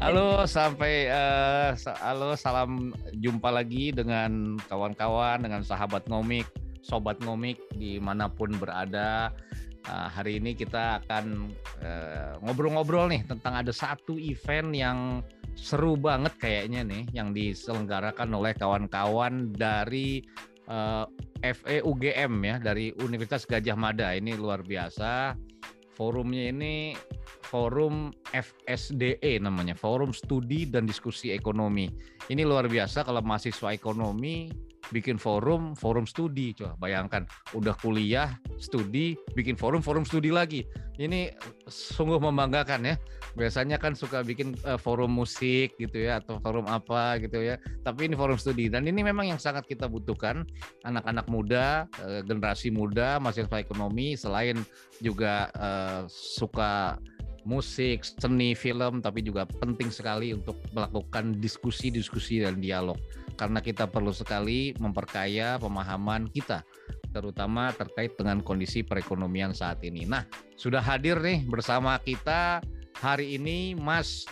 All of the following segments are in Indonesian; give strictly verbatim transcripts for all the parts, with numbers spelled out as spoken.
Halo, sampai uh, halo, salam jumpa lagi dengan kawan-kawan, dengan sahabat ngomik, sobat ngomik dimanapun berada. Uh, hari ini kita akan uh, ngobrol-ngobrol nih tentang ada satu event yang seru banget kayaknya nih, yang diselenggarakan oleh kawan-kawan dari uh, F E U G M ya, dari Universitas Gadjah Mada. Ini luar biasa. Forumnya ini Forum F S D E namanya, Forum Studi dan Diskusi Ekonomi. Ini luar biasa kalau mahasiswa ekonomi bikin forum, forum studi. Coba bayangkan, udah kuliah, studi, bikin forum, forum studi lagi. Ini sungguh membanggakan ya. Biasanya kan suka bikin uh, forum musik gitu ya, atau forum apa gitu ya. Tapi ini forum studi, dan ini memang yang sangat kita butuhkan. Anak-anak muda, uh, generasi muda, mahasiswa ekonomi, selain juga uh, suka musik, seni, film, tapi juga penting sekali untuk melakukan diskusi-diskusi dan dialog. Karena kita perlu sekali memperkaya pemahaman kita, terutama terkait dengan kondisi perekonomian saat ini. Nah, sudah hadir nih bersama kita hari ini Mas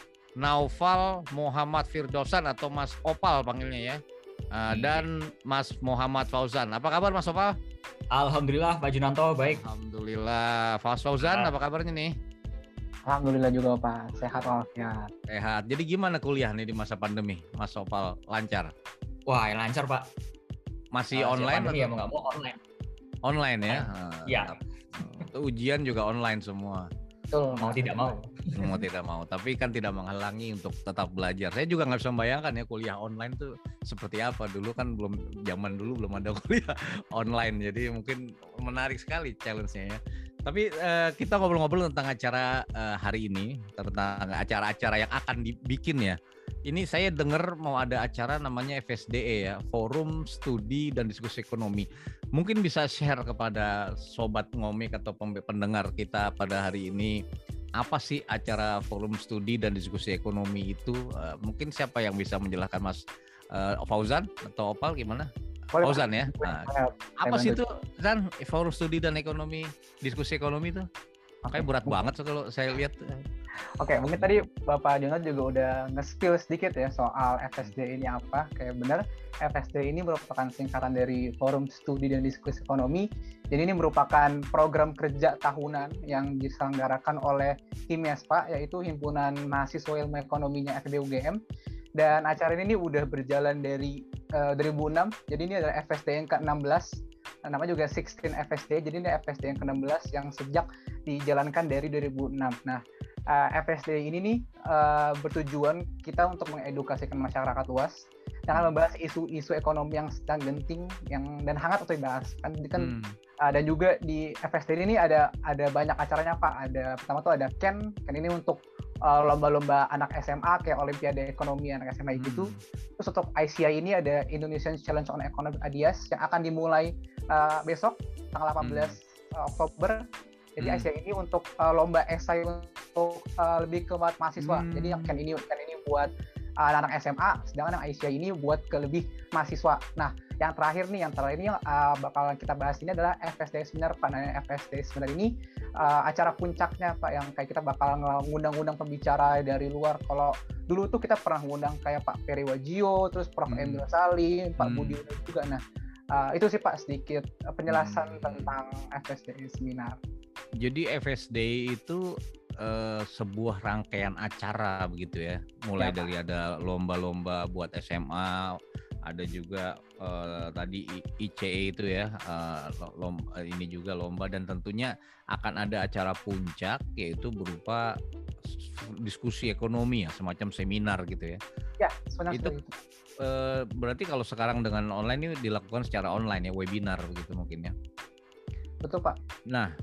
Naufal Muhammad Firdausan atau Mas Opal panggilnya ya, uh, dan Mas Muhammad Fauzan. Apa kabar Mas Opal? Alhamdulillah Pak Junanto, baik. Alhamdulillah. Mas Fauzan, apa kabarnya nih? Alhamdulillah juga Pak, sehat walafiat. Sehat. Jadi gimana kuliah nih di masa pandemi, Mas Opal? Lancar? Wah, lancar Pak. Masih uh, online atau? Ya mau nggak mau online. Online ya? Iya. Uh, ujian juga online semua. Betul. Mau tidak mau. Mau tidak mau. Tapi kan tidak menghalangi untuk tetap belajar. Saya juga nggak bisa membayangkan ya kuliah online tuh seperti apa. Dulu kan belum, zaman dulu belum ada kuliah online. Jadi mungkin menarik sekali challenge-nya ya. Tapi uh, kita ngobrol-ngobrol tentang acara uh, hari ini, tentang acara-acara yang akan dibikin ya. Ini saya dengar mau ada acara namanya F S D E ya, Forum Studi dan Diskusi Ekonomi. Mungkin bisa share kepada sobat ngomik atau pendengar kita pada hari ini, apa sih acara Forum Studi dan Diskusi Ekonomi itu? Uh, mungkin siapa yang bisa menjelaskan, Mas uh, Fauzan atau Opal gimana? Boleh, Fauzan ya. Nah, apa sih itu Zan, Forum Studi dan Ekonomi, Diskusi Ekonomi itu? Makanya berat okay. banget so, kalau saya lihat. Oke, okay, mungkin tadi Bapak Jonat juga udah nge-spill sedikit ya soal F S D ini apa. Kayak benar, F S D ini merupakan singkatan dari Forum Studi dan Diskusi Ekonomi. Jadi ini merupakan program kerja tahunan yang diselenggarakan oleh HIMESPA, yaitu Himpunan Mahasiswa Ilmu Ekonominya F E U G M. Dan acara ini udah berjalan dari uh, dua ribu enam, jadi ini adalah F S D yang ke enam belas, namanya juga enam belas F S D, jadi ini F S D yang ke enam belas yang sejak dijalankan dari dua ribu enam. Nah, uh, F S D ini nih uh, bertujuan kita untuk mengedukasikan masyarakat luas dengan membahas isu-isu ekonomi yang sedang genting yang dan hangat untuk dibahas. Kan, kan hmm. uh, dan juga di F S D ini ada ada banyak acaranya Pak. Ada pertama tuh ada K E N, K E N ini untuk Uh, lomba-lomba anak S M A kayak Olimpiade Ekonomi anak S M A hmm. gitu. Terus untuk I C I ini ada Indonesian Challenge on Economic Ideas yang akan dimulai uh, besok tanggal delapan belas hmm. Oktober. Jadi hmm. I C I ini untuk uh, lomba esai untuk uh, lebih ke mahasiswa. Hmm. Jadi yang K E N ini K E N ini buat uh, anak S M A, sedangkan yang I C I ini buat ke lebih mahasiswa. Nah, yang terakhir nih, yang terakhir ini yang uh, bakalan kita bahas ini adalah F S D Seminar Pak. Nah, F S D Seminar ini uh, acara puncaknya Pak, yang kayak kita bakalan ngundang-undang pembicara dari luar. Kalau dulu tuh kita pernah ngundang kayak Pak Ferry Wajio, terus Prof Hmm. Emil Salim, Pak hmm. Budi juga. Nah, uh, itu sih Pak sedikit penjelasan hmm. tentang F S D Seminar. Jadi F S D itu uh, sebuah rangkaian acara begitu ya. Mulai ya, dari Pak. Ada lomba-lomba buat S M A, ada juga uh, tadi I C E itu ya, uh, lomba, ini juga lomba, dan tentunya akan ada acara puncak yaitu berupa diskusi ekonomi ya, semacam seminar gitu ya. Ya, sebenarnya itu uh, berarti kalau sekarang dengan online ini dilakukan secara online ya, webinar begitu mungkin ya. Betul Pak. Nah,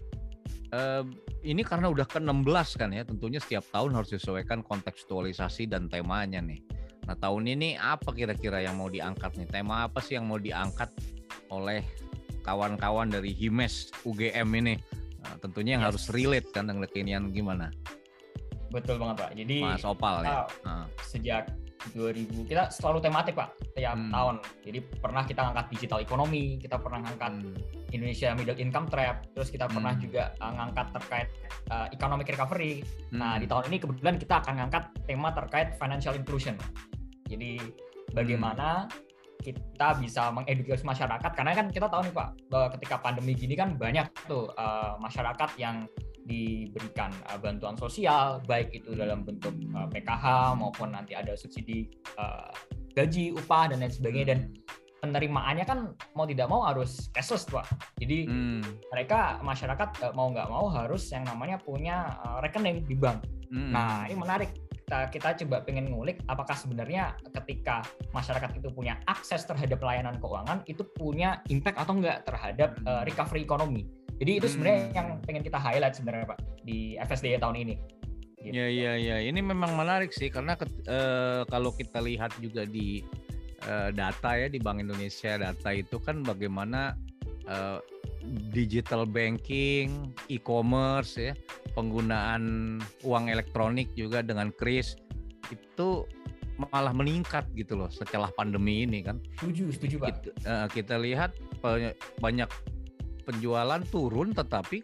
uh, ini karena udah ke enam belas kan ya, tentunya setiap tahun harus disesuaikan kontekstualisasi dan temanya nih. Nah, tahun ini apa kira-kira yang mau diangkat nih? Tema apa sih yang mau diangkat oleh kawan-kawan dari Himes U G M ini? Nah, tentunya yang yes. harus relate kan dengan kekinian gimana? Betul banget Pak. Jadi Mas Opal ya. Uh, sejak dua ribu kita selalu tematik Pak tiap hmm. tahun. Jadi pernah kita ngangkat digital ekonomi, kita pernah ngangkat hmm. Indonesia Middle Income Trap, terus kita pernah hmm. juga uh, ngangkat terkait uh, economic recovery. Hmm. Nah, di tahun ini kebetulan kita akan ngangkat tema terkait financial inclusion. Jadi bagaimana hmm. kita bisa mengedukasi masyarakat, karena kan kita tahu nih Pak bahwa ketika pandemi gini kan banyak tuh uh, masyarakat yang diberikan uh, bantuan sosial, baik itu dalam bentuk uh, P K H maupun nanti ada subsidi uh, gaji, upah dan lain sebagainya, dan penerimaannya kan mau tidak mau harus cashless Pak. Jadi hmm. mereka masyarakat uh, mau nggak mau harus yang namanya punya uh, rekening di bank. Hmm. Nah ini menarik. Kita, kita coba pengen ngulik apakah sebenarnya ketika masyarakat itu punya akses terhadap layanan keuangan itu punya impact atau enggak terhadap uh, recovery ekonomi. Jadi itu sebenarnya hmm. yang pengen kita highlight sebenarnya Pak di F S D A tahun ini. Gitu. Ya ya ya, ini memang menarik sih karena ke, uh, kalau kita lihat juga di uh, data ya di Bank Indonesia, data itu kan bagaimana uh, digital banking, e-commerce ya, penggunaan uang elektronik juga dengan kris itu malah meningkat gitu loh setelah pandemi ini kan. Setuju, setuju Pak. Kita, uh, kita lihat banyak penjualan turun tetapi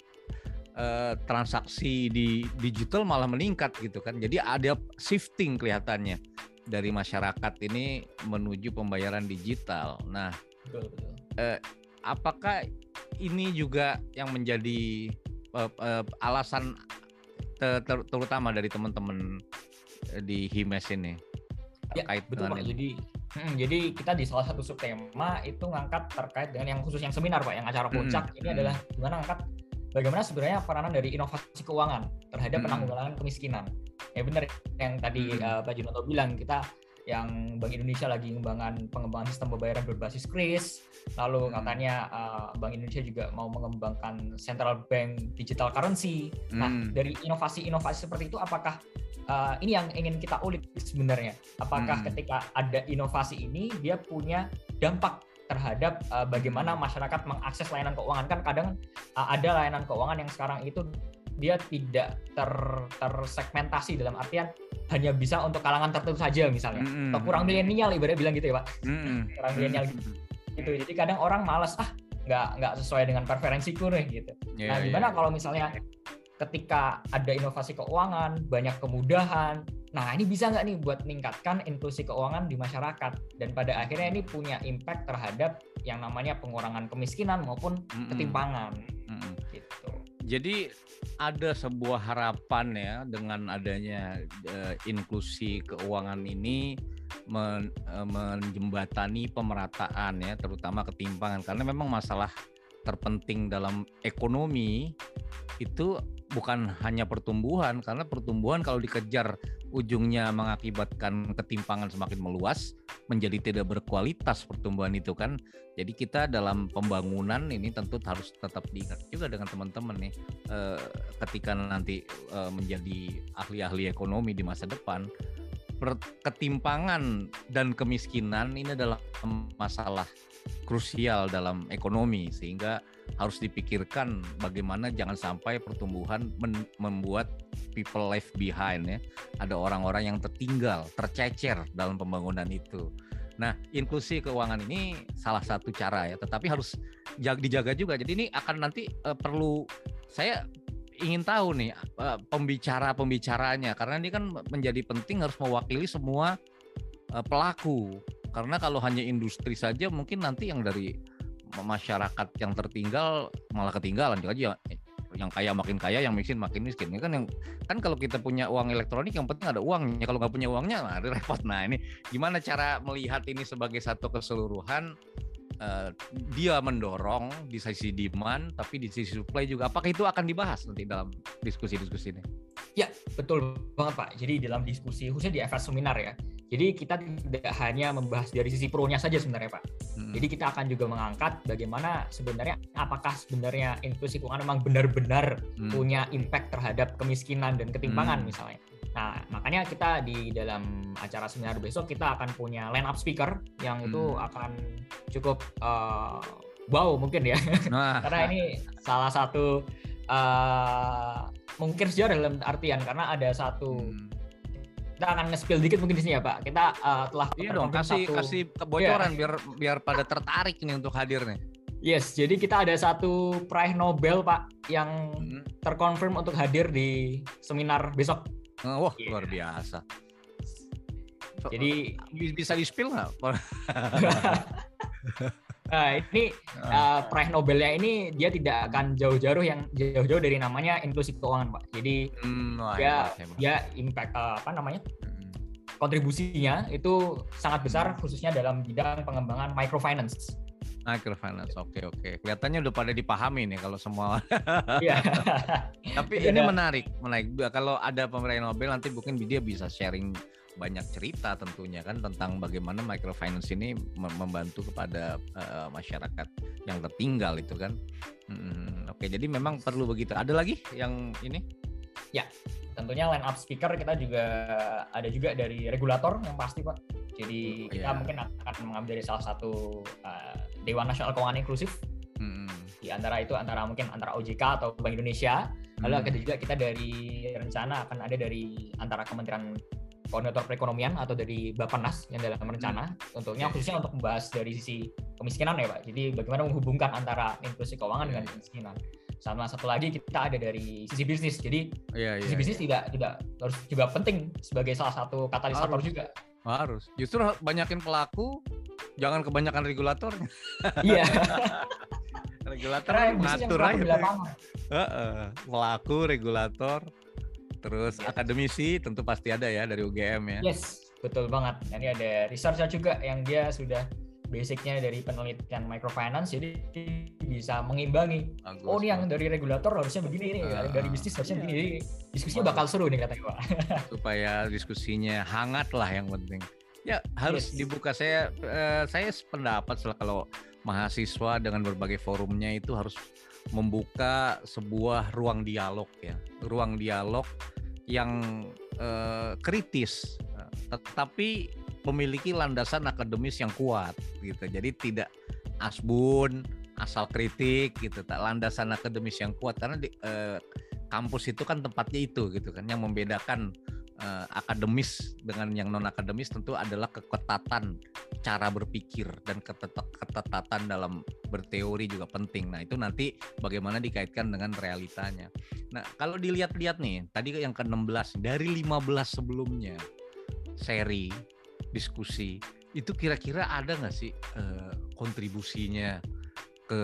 uh, transaksi di digital malah meningkat gitu kan. Jadi ada shifting kelihatannya dari masyarakat ini menuju pembayaran digital. Nah, betul, betul. Uh, apakah ini juga yang menjadi uh, uh, alasan ter- ter- terutama dari teman-teman di Himes ini terkait ya, betul Pak. Ini? Jadi, hmm, jadi kita di salah satu subtema itu ngangkat terkait dengan yang khusus yang seminar Pak, yang acara puncak hmm. ini hmm. adalah gimana ngangkat bagaimana sebenarnya peranan dari inovasi keuangan terhadap hmm. penanggulangan kemiskinan. Ya benar yang tadi hmm. uh, Pak Junanto bilang, kita yang Bank Indonesia lagi mengembangkan pengembangan sistem pembayaran berbasis kris, lalu katanya uh, Bank Indonesia juga mau mengembangkan central bank digital currency. Hmm. Nah, dari inovasi-inovasi seperti itu apakah uh, ini yang ingin kita ulik sebenarnya? Apakah hmm. ketika ada inovasi ini dia punya dampak terhadap uh, bagaimana masyarakat mengakses layanan keuangan? Kan kadang uh, ada layanan keuangan yang sekarang itu dia tidak ter tersegmentasi dalam artian hanya bisa untuk kalangan tertentu saja misalnya, mm-hmm. atau kurang milenial ibaratnya bilang gitu ya Pak, mm-hmm. kurang milenial gitu. gitu. Jadi kadang orang malas ah nggak nggak sesuai dengan preferensiku nih gitu. Yeah, nah gimana yeah. kalau misalnya ketika ada inovasi keuangan, banyak kemudahan, nah ini bisa nggak nih buat meningkatkan inklusi keuangan di masyarakat dan pada akhirnya ini punya impact terhadap yang namanya pengurangan kemiskinan maupun mm-hmm. ketimpangan. Mm-hmm. Gitu. Jadi ada sebuah harapan ya dengan adanya uh, inklusi keuangan ini men, uh, menjembatani pemerataan ya, terutama ketimpangan, karena memang masalah terpenting dalam ekonomi itu bukan hanya pertumbuhan, karena pertumbuhan kalau dikejar ujungnya mengakibatkan ketimpangan semakin meluas, menjadi tidak berkualitas pertumbuhan itu kan. Jadi kita dalam pembangunan ini tentu harus tetap diingat juga dengan teman-teman nih, eh, ketika nanti eh, menjadi ahli-ahli ekonomi di masa depan, ketimpangan dan kemiskinan ini adalah masalah krusial dalam ekonomi, sehingga harus dipikirkan bagaimana jangan sampai pertumbuhan men- membuat people left behind ya. Ada orang-orang yang tertinggal, tercecer dalam pembangunan itu. Nah, inklusi keuangan ini salah satu cara ya, tetapi harus dijaga juga. Jadi ini akan nanti uh, perlu, saya ingin tahu nih uh, pembicara-pembicaranya, karena ini kan menjadi penting, harus mewakili semua uh, pelaku. Karena kalau hanya industri saja mungkin nanti yang dari masyarakat yang tertinggal malah ketinggalan juga, yang kaya makin kaya, yang miskin makin miskin. Ini kan yang kan kalau kita punya uang elektronik yang penting ada uangnya. Kalau nggak punya uangnya, nah, repot. Nah ini gimana cara melihat ini sebagai satu keseluruhan? Uh, dia mendorong di sisi demand, tapi di sisi supply juga. Apakah itu akan dibahas nanti dalam diskusi-diskusi ini? Ya, betul banget Pak. Jadi dalam diskusi khususnya di F S Seminar ya. Jadi kita tidak hanya membahas dari sisi pro-nya saja sebenarnya Pak. Hmm. Jadi kita akan juga mengangkat bagaimana sebenarnya apakah sebenarnya inklusi keuangan memang benar-benar hmm. punya impact terhadap kemiskinan dan ketimpangan hmm. misalnya. Nah, makanya kita di dalam acara seminar besok kita akan punya line up speaker yang hmm. itu akan cukup uh, wow mungkin ya. Nah. Karena ini salah satu uh, mungkin sejarah dalam artian karena ada satu hmm. kita akan nge-spill dikit mungkin di sini ya Pak. Kita uh, telah iya dong, kasih satu... kasih kebocoran yeah. biar biar pada tertarik nih untuk hadir nih. Yes, jadi kita ada satu peraih Nobel Pak yang hmm. terkonfirm untuk hadir di seminar besok. Oh, wah, yeah. luar biasa. So, jadi bisa di-spill nggak? Nah, ini uh, peraih Nobelnya ini dia tidak akan jauh-jauh yang jauh-jauh dari namanya inklusi keuangan, Pak. Jadi hmm, wah, dia hebat, dia impact uh, apa namanya? Kontribusinya itu sangat besar khususnya dalam bidang pengembangan microfinance. Microfinance, oke oke. Kelihatannya udah pada dipahami nih kalau semua. Iya. Tapi ini menarik, menarik. Kalau ada peraih Nobel nanti mungkin dia bisa sharing banyak cerita tentunya kan tentang bagaimana microfinance ini membantu kepada uh, masyarakat yang tertinggal itu kan. Hmm, oke, jadi memang perlu begitu. Ada lagi yang ini? Ya, tentunya line up speaker kita juga ada juga dari regulator yang pasti Pak. Jadi kita yeah. mungkin akan mengambil dari salah satu uh, Dewan Nasional Keuangan Inklusif. Hmm. Di antara itu antara mungkin antara O J K atau Bank Indonesia. Lalu hmm. ada juga kita dari rencana akan ada dari antara Kementerian Koordinator Perekonomian atau dari Bappenas yang dalam rencana. Hmm. Untuknya khususnya untuk membahas dari sisi kemiskinan ya Pak. Jadi bagaimana menghubungkan antara inklusi keuangan dengan kemiskinan. Sama satu lagi kita ada dari sisi bisnis. Jadi yeah, sisi yeah, bisnis yeah. tidak tidak harus juga penting sebagai salah satu katalisator harus. juga. Harus. Justru banyakin pelaku, jangan kebanyakan regulator. Iya. Regulator ngatur aja. Uh-uh. Pelaku, regulator, terus yes. akademisi tentu pasti ada ya dari U G M ya. Yes, betul banget. Ini ada researcher juga yang dia sudah basicnya dari penelitian microfinance, jadi bisa mengimbangi. Bagus, oh ini yang dari regulator harusnya begini nih, uh, dari bisnis harusnya begini. Jadi diskusinya bakal seru nih katanya Pak. Supaya diskusinya hangat lah yang penting. Ya harus yes. dibuka. Saya eh, saya sependapat kalau mahasiswa dengan berbagai forumnya itu harus membuka sebuah ruang dialog ya, ruang dialog yang eh, kritis, tetapi memiliki landasan akademis yang kuat gitu. Jadi tidak asbun, asal kritik gitu. Tak landasan akademis yang kuat karena di, eh, kampus itu kan tempatnya itu gitu kan. Yang membedakan eh, akademis dengan yang non akademis tentu adalah keketatan cara berpikir dan ketetatan dalam berteori juga penting. Nah, itu nanti bagaimana dikaitkan dengan realitanya. Nah, kalau dilihat-lihat nih, tadi yang ke enam belas dari lima belas sebelumnya seri diskusi itu kira-kira ada nggak sih eh, kontribusinya ke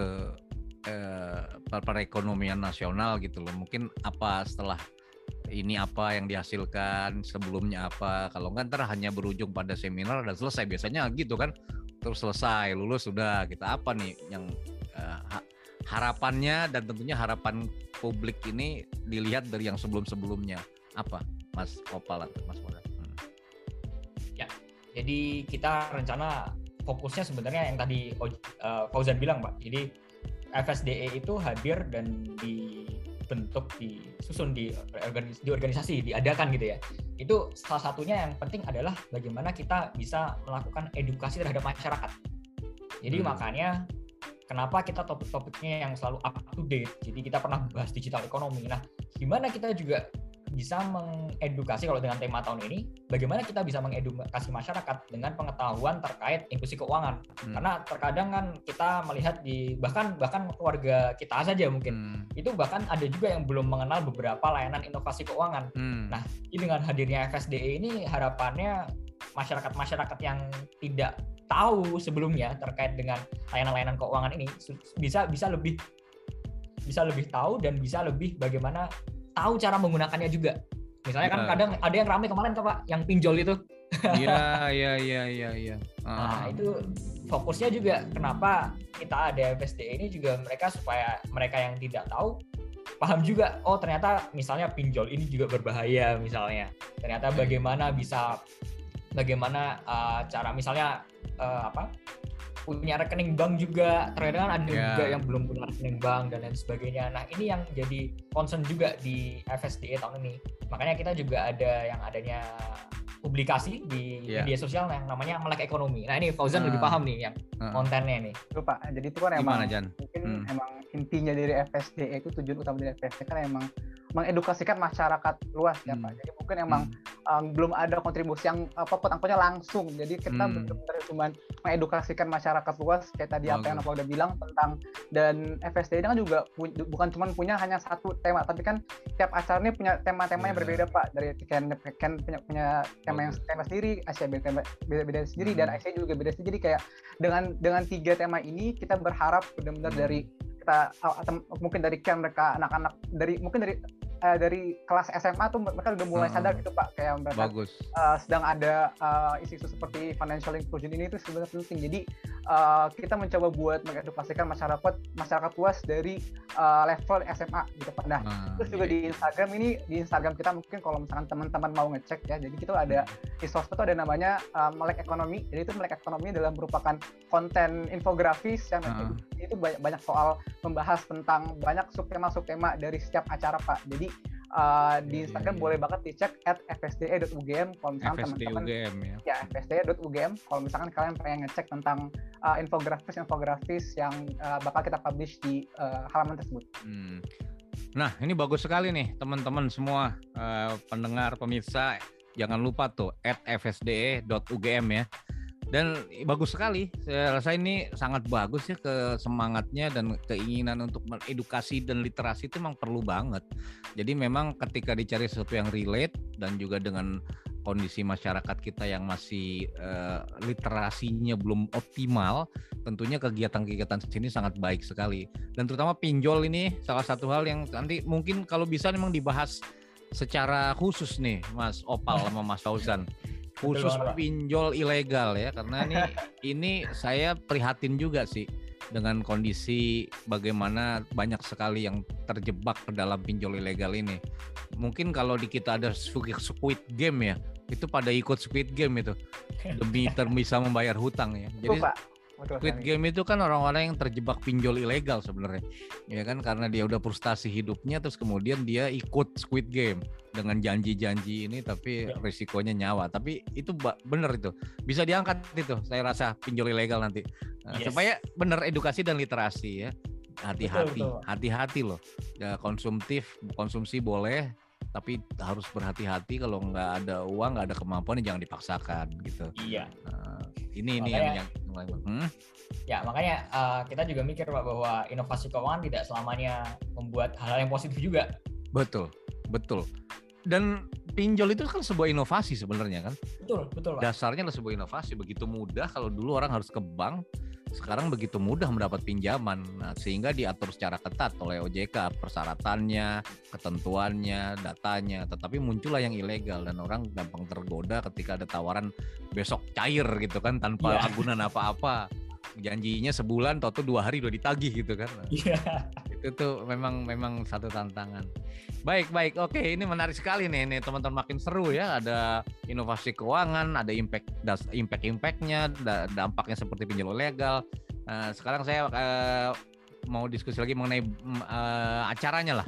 eh, perekonomian nasional gitu loh? Mungkin apa setelah ini apa yang dihasilkan, sebelumnya apa? Kalau nggak ntar hanya berujung pada seminar dan selesai, biasanya gitu kan, terus selesai lulus sudah kita apa nih yang eh, harapannya dan tentunya harapan publik ini dilihat dari yang sebelum-sebelumnya apa, Mas Opal atau Mas Moda? Jadi kita rencana fokusnya sebenarnya yang tadi uh, Fauzan bilang Pak. Jadi F S D E itu hadir dan dibentuk, disusun di, di organisasi, diadakan gitu ya. Itu salah satunya yang penting adalah bagaimana kita bisa melakukan edukasi terhadap masyarakat. Jadi hmm. makanya kenapa kita topik-topiknya yang selalu up to date. Jadi kita pernah bahas digital ekonomi. Nah, gimana kita juga bisa mengedukasi kalau dengan tema tahun ini, bagaimana kita bisa mengedukasi masyarakat dengan pengetahuan terkait inklusi keuangan. Hmm. Karena terkadang kan kita melihat di bahkan bahkan keluarga kita saja mungkin hmm. itu bahkan ada juga yang belum mengenal beberapa layanan inovasi keuangan. Hmm. Nah, ini dengan hadirnya F S D E ini harapannya masyarakat-masyarakat yang tidak tahu sebelumnya terkait dengan layanan-layanan keuangan ini bisa bisa lebih bisa lebih tahu dan bisa lebih bagaimana tahu cara menggunakannya juga. Misalnya kan ya. Kadang ada yang ramai kemarin kan Pak, yang pinjol itu. Iya, iya, iya, iya, iya. Nah, itu fokusnya juga kenapa kita ada F S D E ini juga mereka supaya mereka yang tidak tahu paham juga, oh ternyata misalnya pinjol ini juga berbahaya misalnya. Ternyata bagaimana bisa bagaimana uh, cara misalnya uh, apa? punya rekening bank juga, terkadang ada yeah. juga yang belum punya rekening bank dan lain sebagainya. Nah ini yang jadi concern juga di F S D E tahun ini. Makanya kita juga ada yang adanya publikasi di yeah. media sosial yang namanya Melek Ekonomi. Nah ini Fauzan uh, lebih paham nih yang uh, kontennya nih. Itu Pak, jadi itu kan emang Gimana, mungkin hmm. emang intinya dari F S D E itu tujuan utama dari F S D E kan emang mengedukasikan masyarakat luas ya hmm. Pak. Jadi mungkin emang hmm. um, belum ada kontribusi yang apa angkanya langsung. Jadi kita hmm. benar-benar cuma mengedukasikan masyarakat luas kayak tadi apa yang Nova udah bilang tentang, dan F S D ini kan juga pu- bukan cuma punya hanya satu tema, tapi kan tiap acara ini punya tema-tema yang yeah. berbeda Pak. Dari Ken Ken punya punya tema yang tema sendiri, Asia beda-beda sendiri, hmm. dan Asia juga beda sendiri. Kayak dengan dengan tiga tema ini kita berharap benar-benar hmm. dari kita atau mungkin dari Ken mereka anak-anak dari mungkin dari Uh, dari kelas S M A tuh mereka udah mulai sadar gitu Pak, kayak mereka uh, sedang ada uh, isu-isu seperti financial inclusion ini itu sebenarnya penting. Jadi uh, kita mencoba buat mengedukasikan masyarakat masyarakat luas dari uh, level S M A gitu Pak. Nah, hmm, terus juga iya. di Instagram ini di Instagram kita mungkin kalau misalkan teman-teman mau ngecek ya, jadi kita ada di sosmed tuh ada namanya uh, Melek Ekonomi. Jadi itu Melek Ekonomi adalah merupakan konten infografis yang hmm. itu banyak, banyak soal membahas tentang banyak subtema-subtema dari setiap acara Pak. Jadi Uh, di Instagram yeah, boleh banget dicek at f s d e dot u g m kalau misalkan teman-teman ya, ya f s d e dot u g m kalau misalkan kalian pengen ngecek tentang uh, infografis-infografis yang uh, bakal kita publish di uh, halaman tersebut. Hmm. Nah ini bagus sekali nih teman-teman semua uh, pendengar pemirsa, jangan lupa tuh at f s d e dot u g m ya. Dan bagus sekali, saya rasa ini sangat bagus ya, ke semangatnya dan keinginan untuk edukasi dan literasi itu memang perlu banget. Jadi memang ketika dicari sesuatu yang relate dan juga dengan kondisi masyarakat kita yang masih uh, literasinya belum optimal, tentunya kegiatan-kegiatan sini sangat baik sekali. Dan terutama pinjol ini salah satu hal yang nanti mungkin kalau bisa memang dibahas secara khusus nih Mas Opal sama Mas Fauzan. Khusus pinjol ilegal ya, karena ini ini saya prihatin juga sih dengan kondisi bagaimana banyak sekali yang terjebak ke dalam pinjol ilegal ini. Mungkin kalau di kita ada Squid Game ya, itu pada ikut Squid Game itu demi bisa membayar hutang ya. Jadi Squid Game itu kan orang-orang yang terjebak pinjol ilegal sebenarnya, ya kan, karena dia udah frustasi hidupnya terus kemudian dia ikut Squid Game dengan janji-janji ini tapi ya. Risikonya nyawa. Tapi itu bener itu bisa diangkat itu, saya rasa pinjol ilegal nanti nah, yes. supaya bener edukasi dan literasi ya. Hati-hati, betul, betul. hati-hati loh. Ya, konsumtif, konsumsi boleh, tapi harus berhati-hati kalau nggak ada uang, nggak ada kemampuan, jangan dipaksakan gitu. Iya. Nah, ini ini makanya, yang, yang hmm? ya makanya uh, kita juga mikir Pak bahwa inovasi keuangan tidak selamanya membuat hal-hal yang positif juga. Betul, betul. Dan pinjol itu kan sebuah inovasi sebenarnya kan. Betul, betul Pak. Dasarnya adalah sebuah inovasi, begitu mudah. Kalau dulu orang harus ke bank, sekarang begitu mudah mendapat pinjaman. Nah, sehingga diatur secara ketat oleh O J K persyaratannya, ketentuannya, datanya. Tetapi muncullah yang ilegal dan orang gampang tergoda ketika ada tawaran besok cair gitu kan, tanpa yeah. agunan apa-apa. Janjinya sebulan, tau-tau dua hari udah ditagih gitu kan. Iya. Itu tuh memang memang satu tantangan. Baik, baik. Oke, ini menarik sekali nih. Nih teman-teman, makin seru ya. Ada inovasi keuangan, ada impact impact-impactnya, dampaknya seperti pinjol ilegal. Nah, sekarang saya uh, mau diskusi lagi mengenai uh, acaranya lah.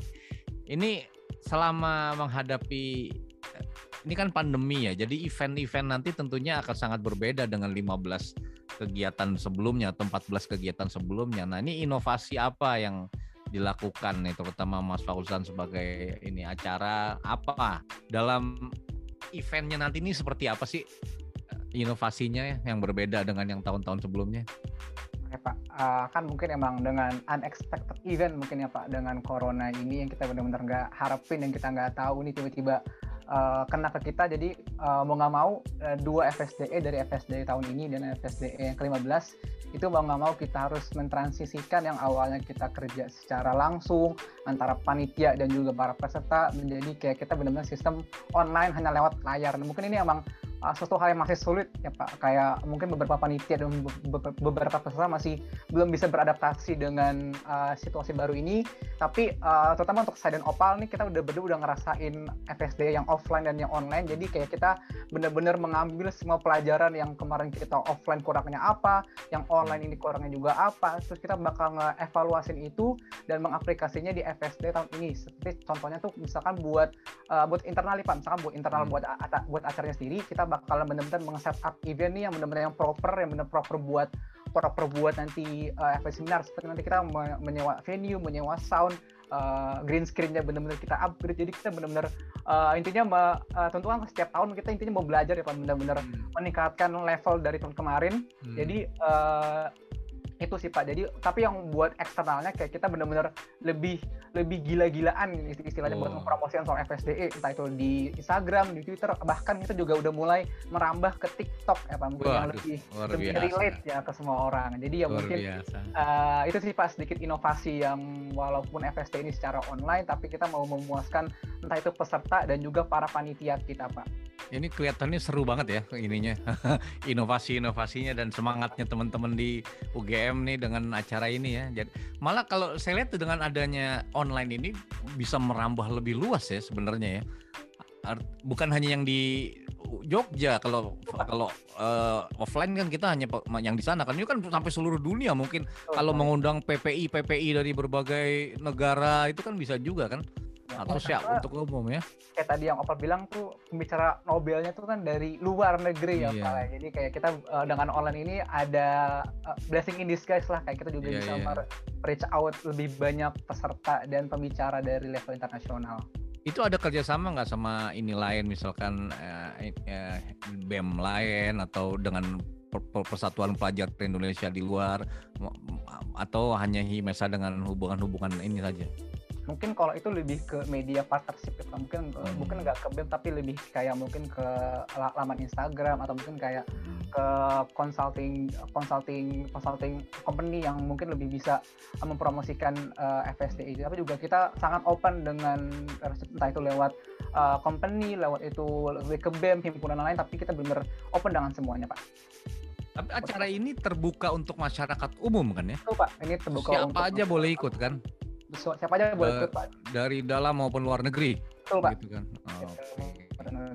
Ini selama menghadapi ini kan pandemi ya. Jadi event-event nanti tentunya akan sangat berbeda dengan lima belas kegiatan sebelumnya atau empat belas kegiatan sebelumnya. Nah, ini inovasi apa yang dilakukan nih, terutama Mas Fauzan sebagai ini acara apa dalam eventnya nanti ini, seperti apa sih inovasinya yang berbeda dengan yang tahun-tahun sebelumnya? Oke Pak, uh, kan mungkin emang dengan unexpected event mungkin ya Pak, dengan corona ini yang kita benar-benar nggak harapin, yang kita nggak tahu nih tiba-tiba Uh, kena ke kita. Jadi uh, mau nggak mau uh, dua F S D E dari F S D E tahun ini dan F S D E yang ke lima belas itu mau nggak mau kita harus mentransisikan yang awalnya kita kerja secara langsung antara panitia dan juga para peserta menjadi kayak kita benar-benar sistem online hanya lewat layar. Nah, mungkin ini emang uh, sesuatu hal yang masih sulit ya Pak, kayak mungkin beberapa panitia dan be- beberapa peserta masih belum bisa beradaptasi dengan uh, situasi baru ini. Tapi uh, terutama untuk saya dan Opal nih, kita udah berdua udah ngerasain F S D E yang offline dan yang online. Jadi kayak kita benar-benar mengambil semua pelajaran yang kemarin kita offline kurangnya apa, yang online ini kurangnya juga apa, terus kita bakal nge-evaluasin itu dan mengaplikasinya di F S D E tahun ini. Seperti contohnya tuh misalkan buat uh, buat internal nih Pak, misalkan buat internal hmm. buat a- buat acaranya sendiri, kita bakal benar-benar meng-set up event nih yang benar-benar yang proper, yang benar proper buat proper buat nanti uh, F S seminar. Seperti nanti kita menyewa venue, menyewa sound, uh, green screen-nya benar-benar kita upgrade. Jadi kita benar-benar uh, intinya me, uh, tentunya setiap tahun kita intinya mau belajar ya Pak, benar-benar hmm. meningkatkan level dari tahun kemarin. Hmm. Jadi uh, itu sih Pak. Jadi tapi yang buat eksternalnya kayak kita benar-benar lebih lebih gila-gilaan istilahnya oh. buat mempromosikan soal F S D E, entah itu di Instagram, di Twitter, bahkan kita juga udah mulai merambah ke TikTok ya Pak, mungkin Wah, yang lebih lebih relate ya ke semua orang. Jadi ya luar mungkin uh, itu sih Pak sedikit inovasi yang walaupun F S D E ini secara online tapi kita mau memuaskan entah itu peserta dan juga para panitia kita Pak. Ini kelihatannya seru banget ya ininya, inovasi-inovasinya dan semangatnya teman-teman di U G M nih dengan acara ini ya. Jadi malah kalau saya lihat dengan adanya online ini bisa merambah lebih luas ya sebenarnya ya. Bukan hanya yang di Jogja, kalau kalau uh, offline kan kita hanya yang di sana kan, ini kan sampai seluruh dunia mungkin. Oh, kalau mengundang P P I P P I dari berbagai negara itu kan bisa juga kan. Atau siap untuk umum ya. Kayak tadi yang Opal bilang tuh pembicara Nobelnya tuh kan dari luar negeri ya iya. Pak. Jadi kayak kita uh, dengan online ini ada uh, blessing in disguise lah, kayak kita juga iya, bisa iya. reach out lebih banyak peserta dan pembicara dari level internasional. Itu ada kerjasama nggak sama ini lain misalkan uh, uh, B E M lain atau dengan Persatuan Pelajar Indonesia di luar, atau hanya Himesa dengan hubungan-hubungan ini saja? Mungkin kalau itu lebih ke media partnership ya, mungkin hmm. bukan nggak ke B E M tapi lebih kayak mungkin ke laman Instagram atau mungkin kayak ke consulting consulting consulting company yang mungkin lebih bisa mempromosikan uh, F S D E. Tapi juga kita sangat open dengan entah itu lewat uh, company, lewat itu lebih ke B E M, himpunan lain, tapi kita benar open dengan semuanya Pak. Tapi acara ini terbuka untuk masyarakat umum kan ya? Betul Pak, ini terbuka siapa untuk aja boleh ikut kan? Siapa aja boleh ikut Pak. Dari dalam maupun luar negeri. Betul Pak. Gitu kan. Oh, Oke,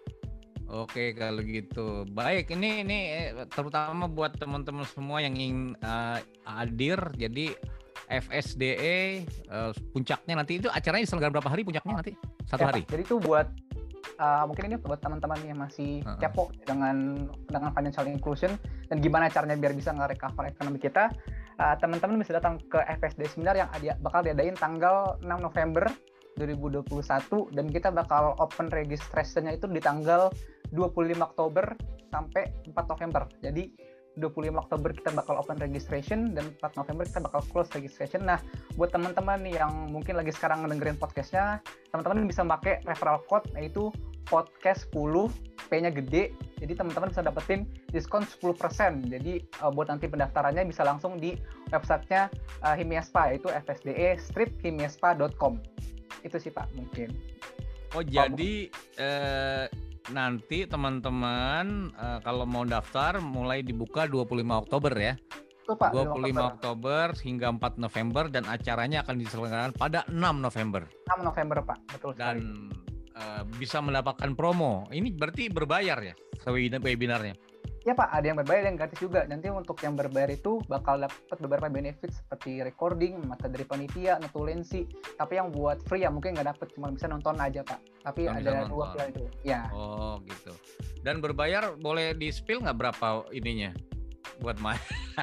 okay, kalau gitu. Baik, ini ini terutama buat teman-teman semua yang ingin uh, hadir. Jadi F S D E uh, puncaknya nanti itu acaranya diselenggarakan berapa hari puncaknya nanti? Satu ya, hari. Pak. Jadi itu buat uh, mungkin ini buat teman-teman yang masih uh-uh. kepo dengan dengan financial inclusion dan gimana caranya biar bisa nge-recover ekonomi kita. Uh, teman-teman bisa datang ke F S D seminar yang ada, bakal diadain tanggal enam November dua ribu dua puluh satu dan kita bakal open registration-nya itu di tanggal dua puluh lima Oktober sampai empat November. Jadi dua puluh lima Oktober kita bakal open registration dan empat November kita bakal close registration. Nah, buat teman-teman yang mungkin lagi sekarang ngedengerin podcast-nya, teman-teman bisa pakai referral code yaitu podcast sepuluh, P-nya gede. Jadi teman-teman bisa dapetin diskon sepuluh persen. Jadi uh, buat nanti pendaftarannya bisa langsung di websitenya uh, Himiespa yaitu f s d e strip himiespa dot com. Itu sih Pak mungkin. Oh, jadi eh, nanti teman-teman eh, kalau mau daftar mulai dibuka dua puluh lima Oktober ya. Betul, Pak, dua puluh lima Oktober hingga empat November dan acaranya akan diselenggarakan pada enam November. enam November Pak, betul sekali. Dan uh, bisa mendapatkan promo. Ini berarti berbayar ya webinarnya? Ya Pak, ada yang berbayar, ada yang gratis juga. Nanti untuk yang berbayar itu bakal dapat beberapa benefit seperti recording, materi dari panitia, notulensi. Tapi yang buat free ya mungkin nggak dapat, cuma bisa nonton aja Pak. Tapi Cuma ada dua pilihan itu. Ya. Oh gitu. Dan berbayar boleh di spill nggak berapa ininya buat main?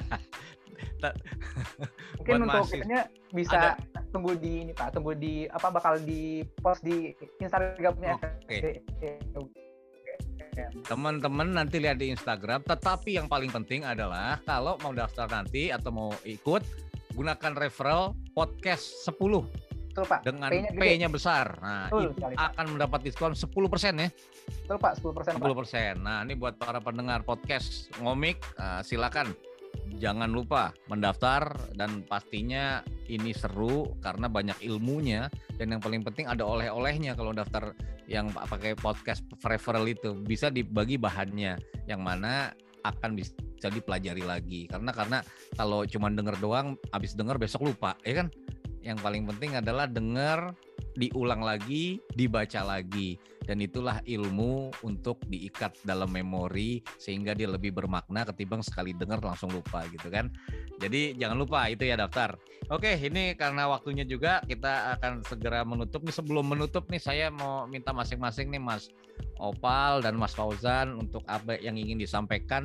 Mungkin untuk itunya bisa ada. Tunggu di ini Pak, tunggu di apa bakal di post di Instagramnya. Oke. Okay. Teman-teman nanti lihat di Instagram. Tetapi yang paling penting adalah kalau mau daftar nanti atau mau ikut, gunakan referral podcast sepuluh. Betul Pak. Dengan P-nya, P-nya besar. Nah, Betul, itu sekali, akan mendapat diskon sepuluh persen ya. Betul Pak, sepuluh persen. sepuluh persen. Nah, ini buat para pendengar podcast Ngomik, uh, silakan. Jangan lupa mendaftar dan pastinya ini seru karena banyak ilmunya dan yang paling penting ada oleh-olehnya kalau daftar yang pakai podcast referral itu bisa dibagi bahannya yang mana akan bisa dipelajari lagi karena karena kalau cuma denger doang habis denger besok lupa ya kan. Yang paling penting adalah dengar, diulang lagi, dibaca lagi. Dan itulah ilmu untuk diikat dalam memori sehingga dia lebih bermakna ketimbang sekali dengar langsung lupa gitu kan. Jadi jangan lupa itu ya daftar. Oke, ini karena waktunya juga kita akan segera menutup nih. Sebelum menutup nih saya mau minta masing-masing nih Mas Opal dan Mas Fauzan untuk apa yang ingin disampaikan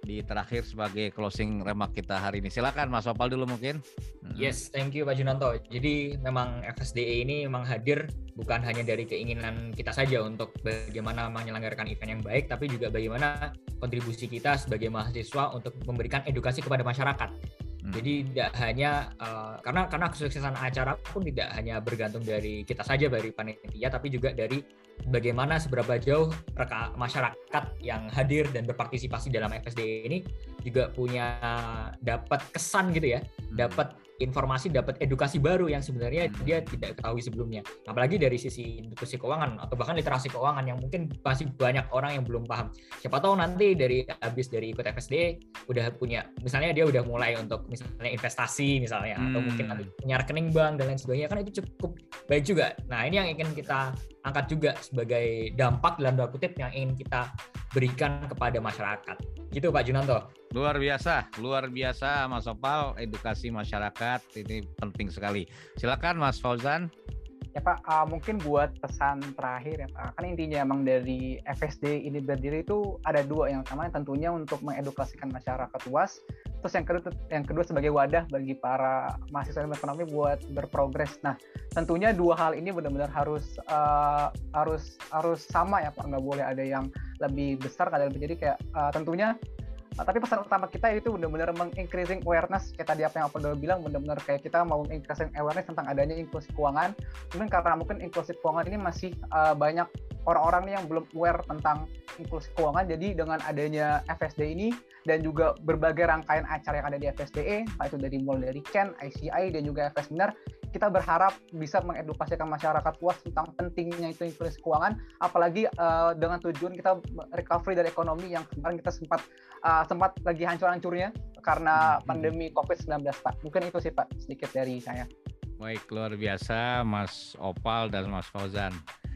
di terakhir sebagai closing remark kita hari ini. Silakan Mas Opal dulu mungkin. Yes, thank you Pak Junanto. Jadi memang F S D E ini memang hadir bukan hanya dari keinginan kita saja untuk bagaimana menyelenggarakan event yang baik, tapi juga bagaimana kontribusi kita sebagai mahasiswa untuk memberikan edukasi kepada masyarakat. Jadi tidak hanya uh, karena karena kesuksesan acara pun tidak hanya bergantung dari kita saja, dari panitia, tapi juga dari bagaimana seberapa jauh reka masyarakat yang hadir dan berpartisipasi dalam F S D E ini juga punya dapat kesan gitu ya, dapat informasi, dapat edukasi baru yang sebenarnya dia tidak ketahui sebelumnya. Apalagi dari sisi industri keuangan atau bahkan literasi keuangan yang mungkin masih banyak orang yang belum paham. Siapa tahu nanti dari habis dari ikut F S D E udah punya, misalnya dia udah mulai untuk misalnya investasi misalnya, hmm. atau mungkin nanti punya rekening bank dan lain sebagainya, kan itu cukup baik juga. Nah ini yang ingin kita angkat juga sebagai dampak dalam tanda kutip yang ingin kita berikan kepada masyarakat. Gitu Pak Junanto. Luar biasa, luar biasa Mas Opal, edukasi masyarakat ini penting sekali. Silakan Mas Fauzan. Ya Pak, uh, mungkin buat pesan terakhir ya Pak, kan intinya emang dari F S D ini berdiri itu ada dua. Yang pertama tentunya untuk mengedukasikan masyarakat luas, terus yang kedua, yang kedua sebagai wadah bagi para mahasiswa ilmu ekonomi buat berprogres. Nah tentunya dua hal ini benar-benar harus uh, harus harus sama ya Pak, nggak boleh ada yang lebih besar, ada lebih, jadi kayak uh, tentunya Uh, tapi pesan utama kita itu benar-benar meng-increasing awareness, kayak tadi apa yang Opal bilang, benar-benar kayak kita mau increasing awareness tentang adanya inklusi keuangan. Mungkin karena mungkin inklusi keuangan ini masih uh, banyak orang-orang yang belum aware tentang inklusi keuangan. Jadi dengan adanya F S D ini dan juga berbagai rangkaian acara yang ada di F S D E, itu dari mulai dari Ken, I C I dan juga F S Seminar, kita berharap bisa mengedukasikan masyarakat luas tentang pentingnya itu inklusi keuangan, apalagi uh, dengan tujuan kita recovery dari ekonomi yang kemarin kita sempat uh, sempat lagi hancur-hancurnya karena pandemi covid sembilan belas Pak. Mungkin itu sih Pak sedikit dari saya. Baik, luar biasa Mas Opal dan Mas Fauzan.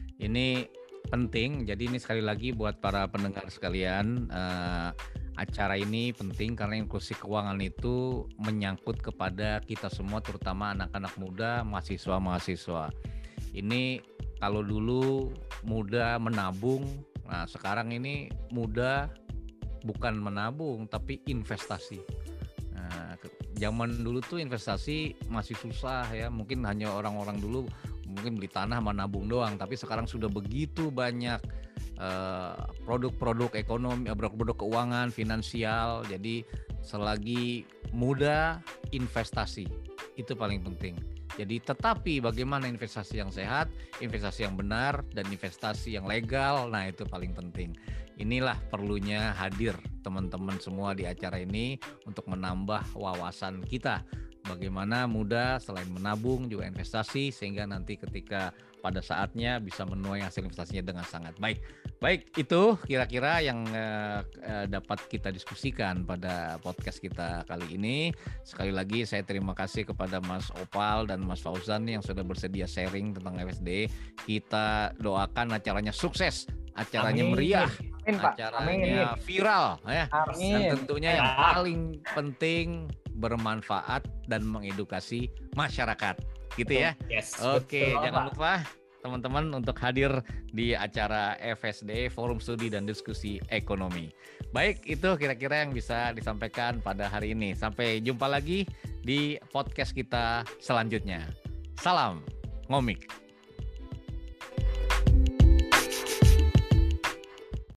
Ini penting, jadi ini sekali lagi buat para pendengar sekalian, uh, acara ini penting karena inklusi keuangan itu menyangkut kepada kita semua, terutama anak-anak muda, mahasiswa-mahasiswa. Ini kalau dulu muda menabung, nah sekarang ini muda bukan menabung tapi investasi. Nah, zaman dulu tuh investasi masih susah ya, mungkin hanya orang-orang dulu mungkin beli tanah sama nabung doang, tapi sekarang sudah begitu banyak uh, produk-produk ekonomi, produk-produk keuangan, finansial. Jadi selagi muda investasi itu paling penting. Jadi tetapi bagaimana investasi yang sehat, investasi yang benar, dan investasi yang legal, nah itu paling penting. Inilah perlunya hadir teman-teman semua di acara ini untuk menambah wawasan kita. Bagaimana muda selain menabung juga investasi, sehingga nanti ketika pada saatnya bisa menuai hasil investasinya dengan sangat baik. Baik, itu kira-kira yang eh, eh, dapat kita diskusikan pada podcast kita kali ini. Sekali lagi saya terima kasih kepada Mas Opal dan Mas Fauzan yang sudah bersedia sharing tentang F S D. Kita doakan acaranya sukses, acaranya Amin. meriah, Amin, Pak. acaranya Amin. viral ya. Amin. Dan tentunya yang paling penting bermanfaat dan mengedukasi masyarakat, gitu ya. Yes, Oke, betul, jangan Pak. lupa teman-teman untuk hadir di acara F S D, Forum Studi dan Diskusi Ekonomi. Baik, itu kira-kira yang bisa disampaikan pada hari ini. Sampai jumpa lagi di podcast kita selanjutnya. Salam ngomik.